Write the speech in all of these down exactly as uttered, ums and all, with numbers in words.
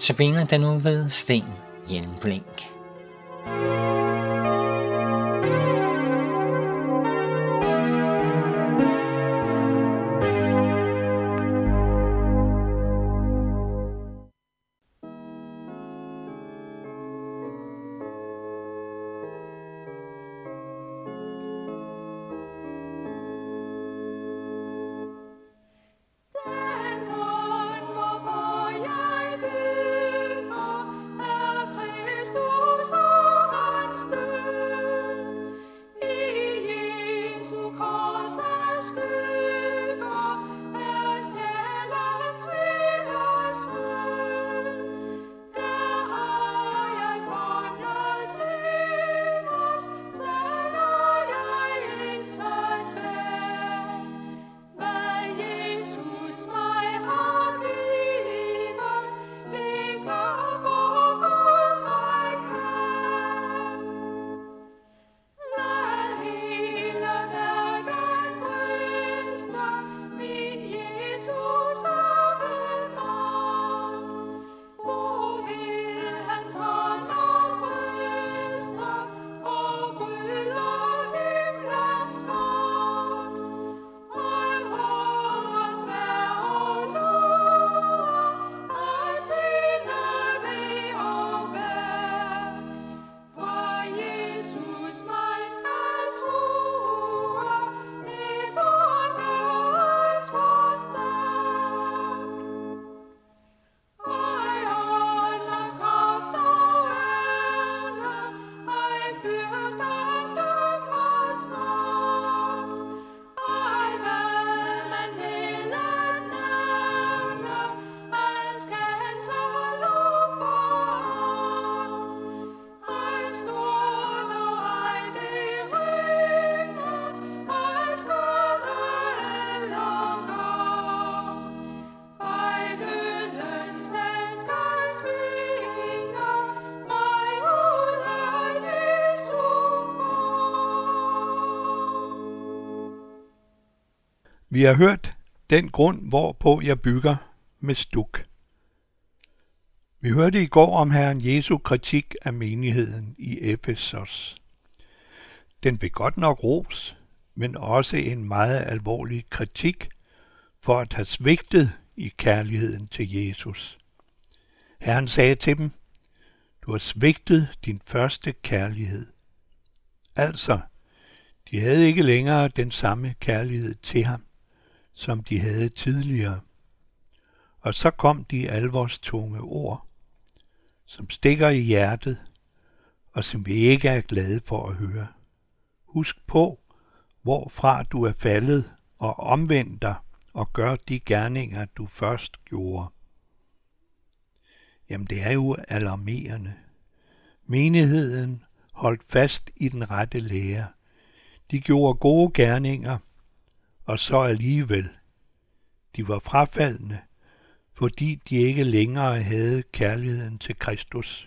Tabiner den nu ved Sten Hjelmblink. Vi har hørt den grund, hvorpå jeg bygger med stuk. Vi hørte i går om Herren Jesu kritik af menigheden i Efesos. Den fik godt nok ros, men også en meget alvorlig kritik for at have svigtet i kærligheden til Jesus. Herren sagde til dem, du har svigtet din første kærlighed. Altså, de havde ikke længere den samme kærlighed til ham, som de havde tidligere. Og så kom de alvorstunge ord, som stikker i hjertet, og som vi ikke er glade for at høre. Husk på, hvorfra du er faldet, og omvend dig og gør de gerninger, du først gjorde. Jamen, det er jo alarmerende. Menigheden holdt fast i den rette lære. De gjorde gode gerninger, og så alligevel. De var frafaldne, fordi de ikke længere havde kærligheden til Kristus.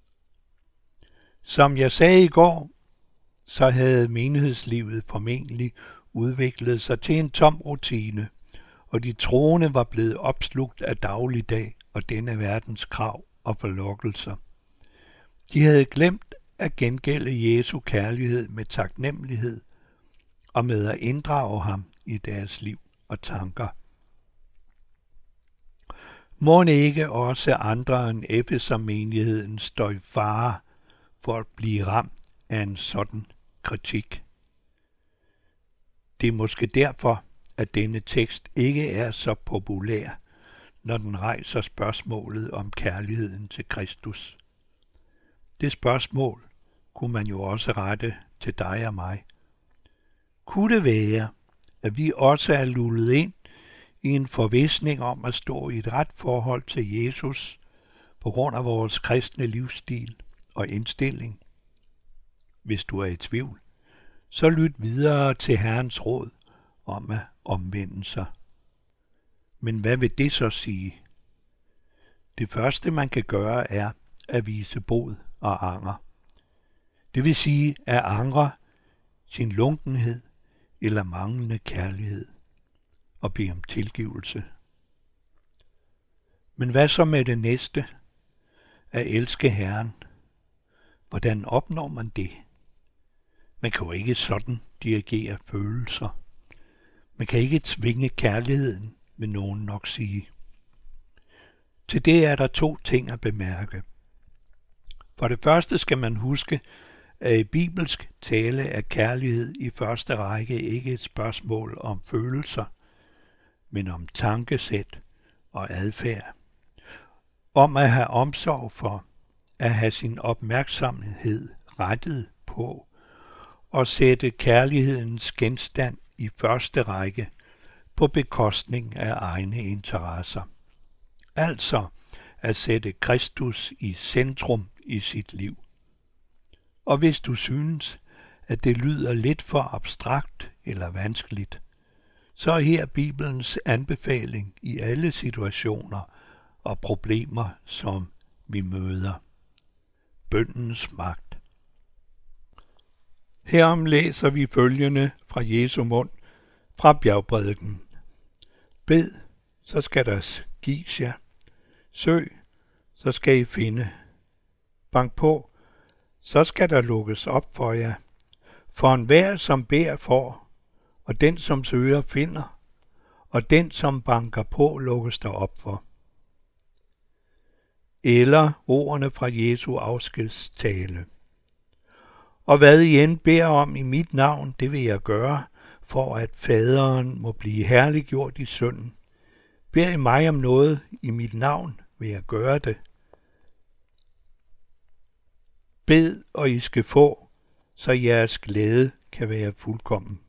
Som jeg sagde i går, så havde menighedslivet formentlig udviklet sig til en tom rutine, og de troende var blevet opslugt af dagligdag og denne verdens krav og forlokkelser. De havde glemt at gengælde Jesu kærlighed med taknemmelighed og med at inddrage ham i deres liv og tanker. Må ikke også andre end Efeser-menigheden stå i fare for at blive ramt af en sådan kritik? Det er måske derfor, at denne tekst ikke er så populær, når den rejser spørgsmålet om kærligheden til Kristus. Det spørgsmål kunne man jo også rette til dig og mig. Kunne det være, at vi også er lullet ind i en forvisning om at stå i et ret forhold til Jesus på grund af vores kristne livsstil og indstilling? Hvis du er i tvivl, så lyt videre til Herrens råd om at omvende sig. Men hvad vil det så sige? Det første, man kan gøre, er at vise bod og anger. Det vil sige at angre sin lunkenhed eller manglende kærlighed og bede om tilgivelse. Men hvad så med det næste? at elske Herren. Hvordan opnår man det? Man kan jo ikke sådan dirigere følelser. Man kan ikke tvinge kærligheden, vil nogen nok sige. Til det er der to ting at bemærke. For det første skal man huske, at i bibelsk tale er kærlighed i første række ikke et spørgsmål om følelser, men om tankesæt og adfærd. Om at have omsorg for, at have sin opmærksomhed rettet på og sætte kærlighedens genstand i første række på bekostning af egne interesser. Altså at sætte Kristus i centrum i sit liv. Og hvis du synes, at det lyder lidt for abstrakt eller vanskeligt, så er her Bibelens anbefaling i alle situationer og problemer, som vi møder. Bønnens magt. Herom læser vi følgende fra Jesu mund fra bjergprædiken. Bed, så skal der gives jer. Søg, så skal I finde. Bank på, så skal der lukkes op for jer. For enhver, som beder, får, og den, som søger, finder, og den, som banker på, lukkes der op for. Eller ordene fra Jesu afskedstale. Og hvad I end beder om i mit navn, det vil jeg gøre, for at faderen må blive herliggjort i sønnen. Beder I mig om noget i mit navn, vil jeg gøre det. Bed, og I skal få, så jeres glæde kan være fuldkommen.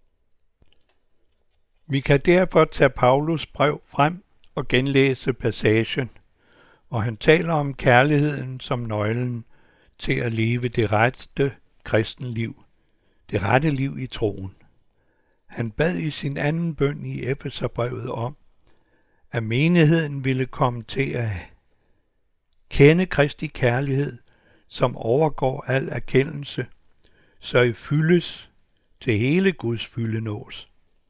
Vi kan derfor tage Paulus brev frem og genlæse passagen, hvor han taler om kærligheden som nøglen til at leve det rette kristenliv, det rette liv i troen. Han bad i sin anden bøn i Efeserbrevet om, at menigheden ville komme til at kende Kristi kærlighed, som overgår al erkendelse, så I fyldes til hele Guds fylde nås.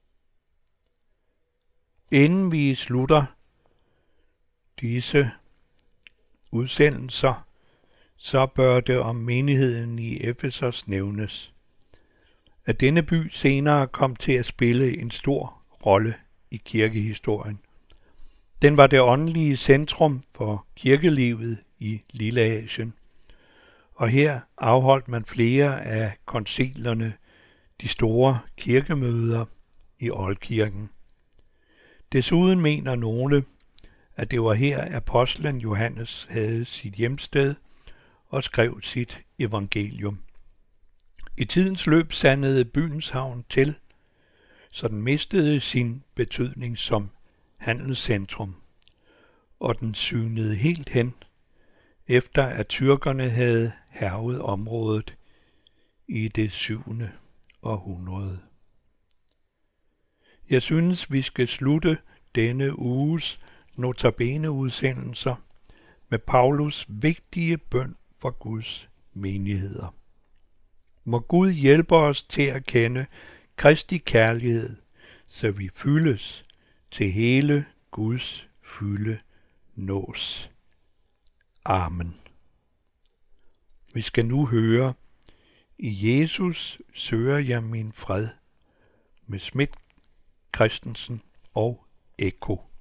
Inden vi slutter disse udsendelser, så bør det om menigheden i Efesos nævnes, at denne by senere kom til at spille en stor rolle i kirkehistorien. Den var det åndelige centrum for kirkelivet i Lilleasien, og her afholdt man flere af koncilerne, de store kirkemøder i oldkirken. Desuden mener nogle, at det var her apostlen Johannes havde sit hjemsted og skrev sit evangelium. I tidens løb sandede byens havn til, så den mistede sin betydning som handelscentrum, og den synede helt hen, efter at tyrkerne havde hærget området i det syvende århundrede. Jeg synes, vi skal slutte denne uges notabene-udsendelser med Paulus vigtige bøn for Guds menigheder. Må Gud hjælpe os til at kende Kristi kærlighed, så vi fyldes til hele Guds fylde nås. Amen. Vi skal nu høre, i Jesus søger jeg min fred, med Schmidt, Christensen og Eko.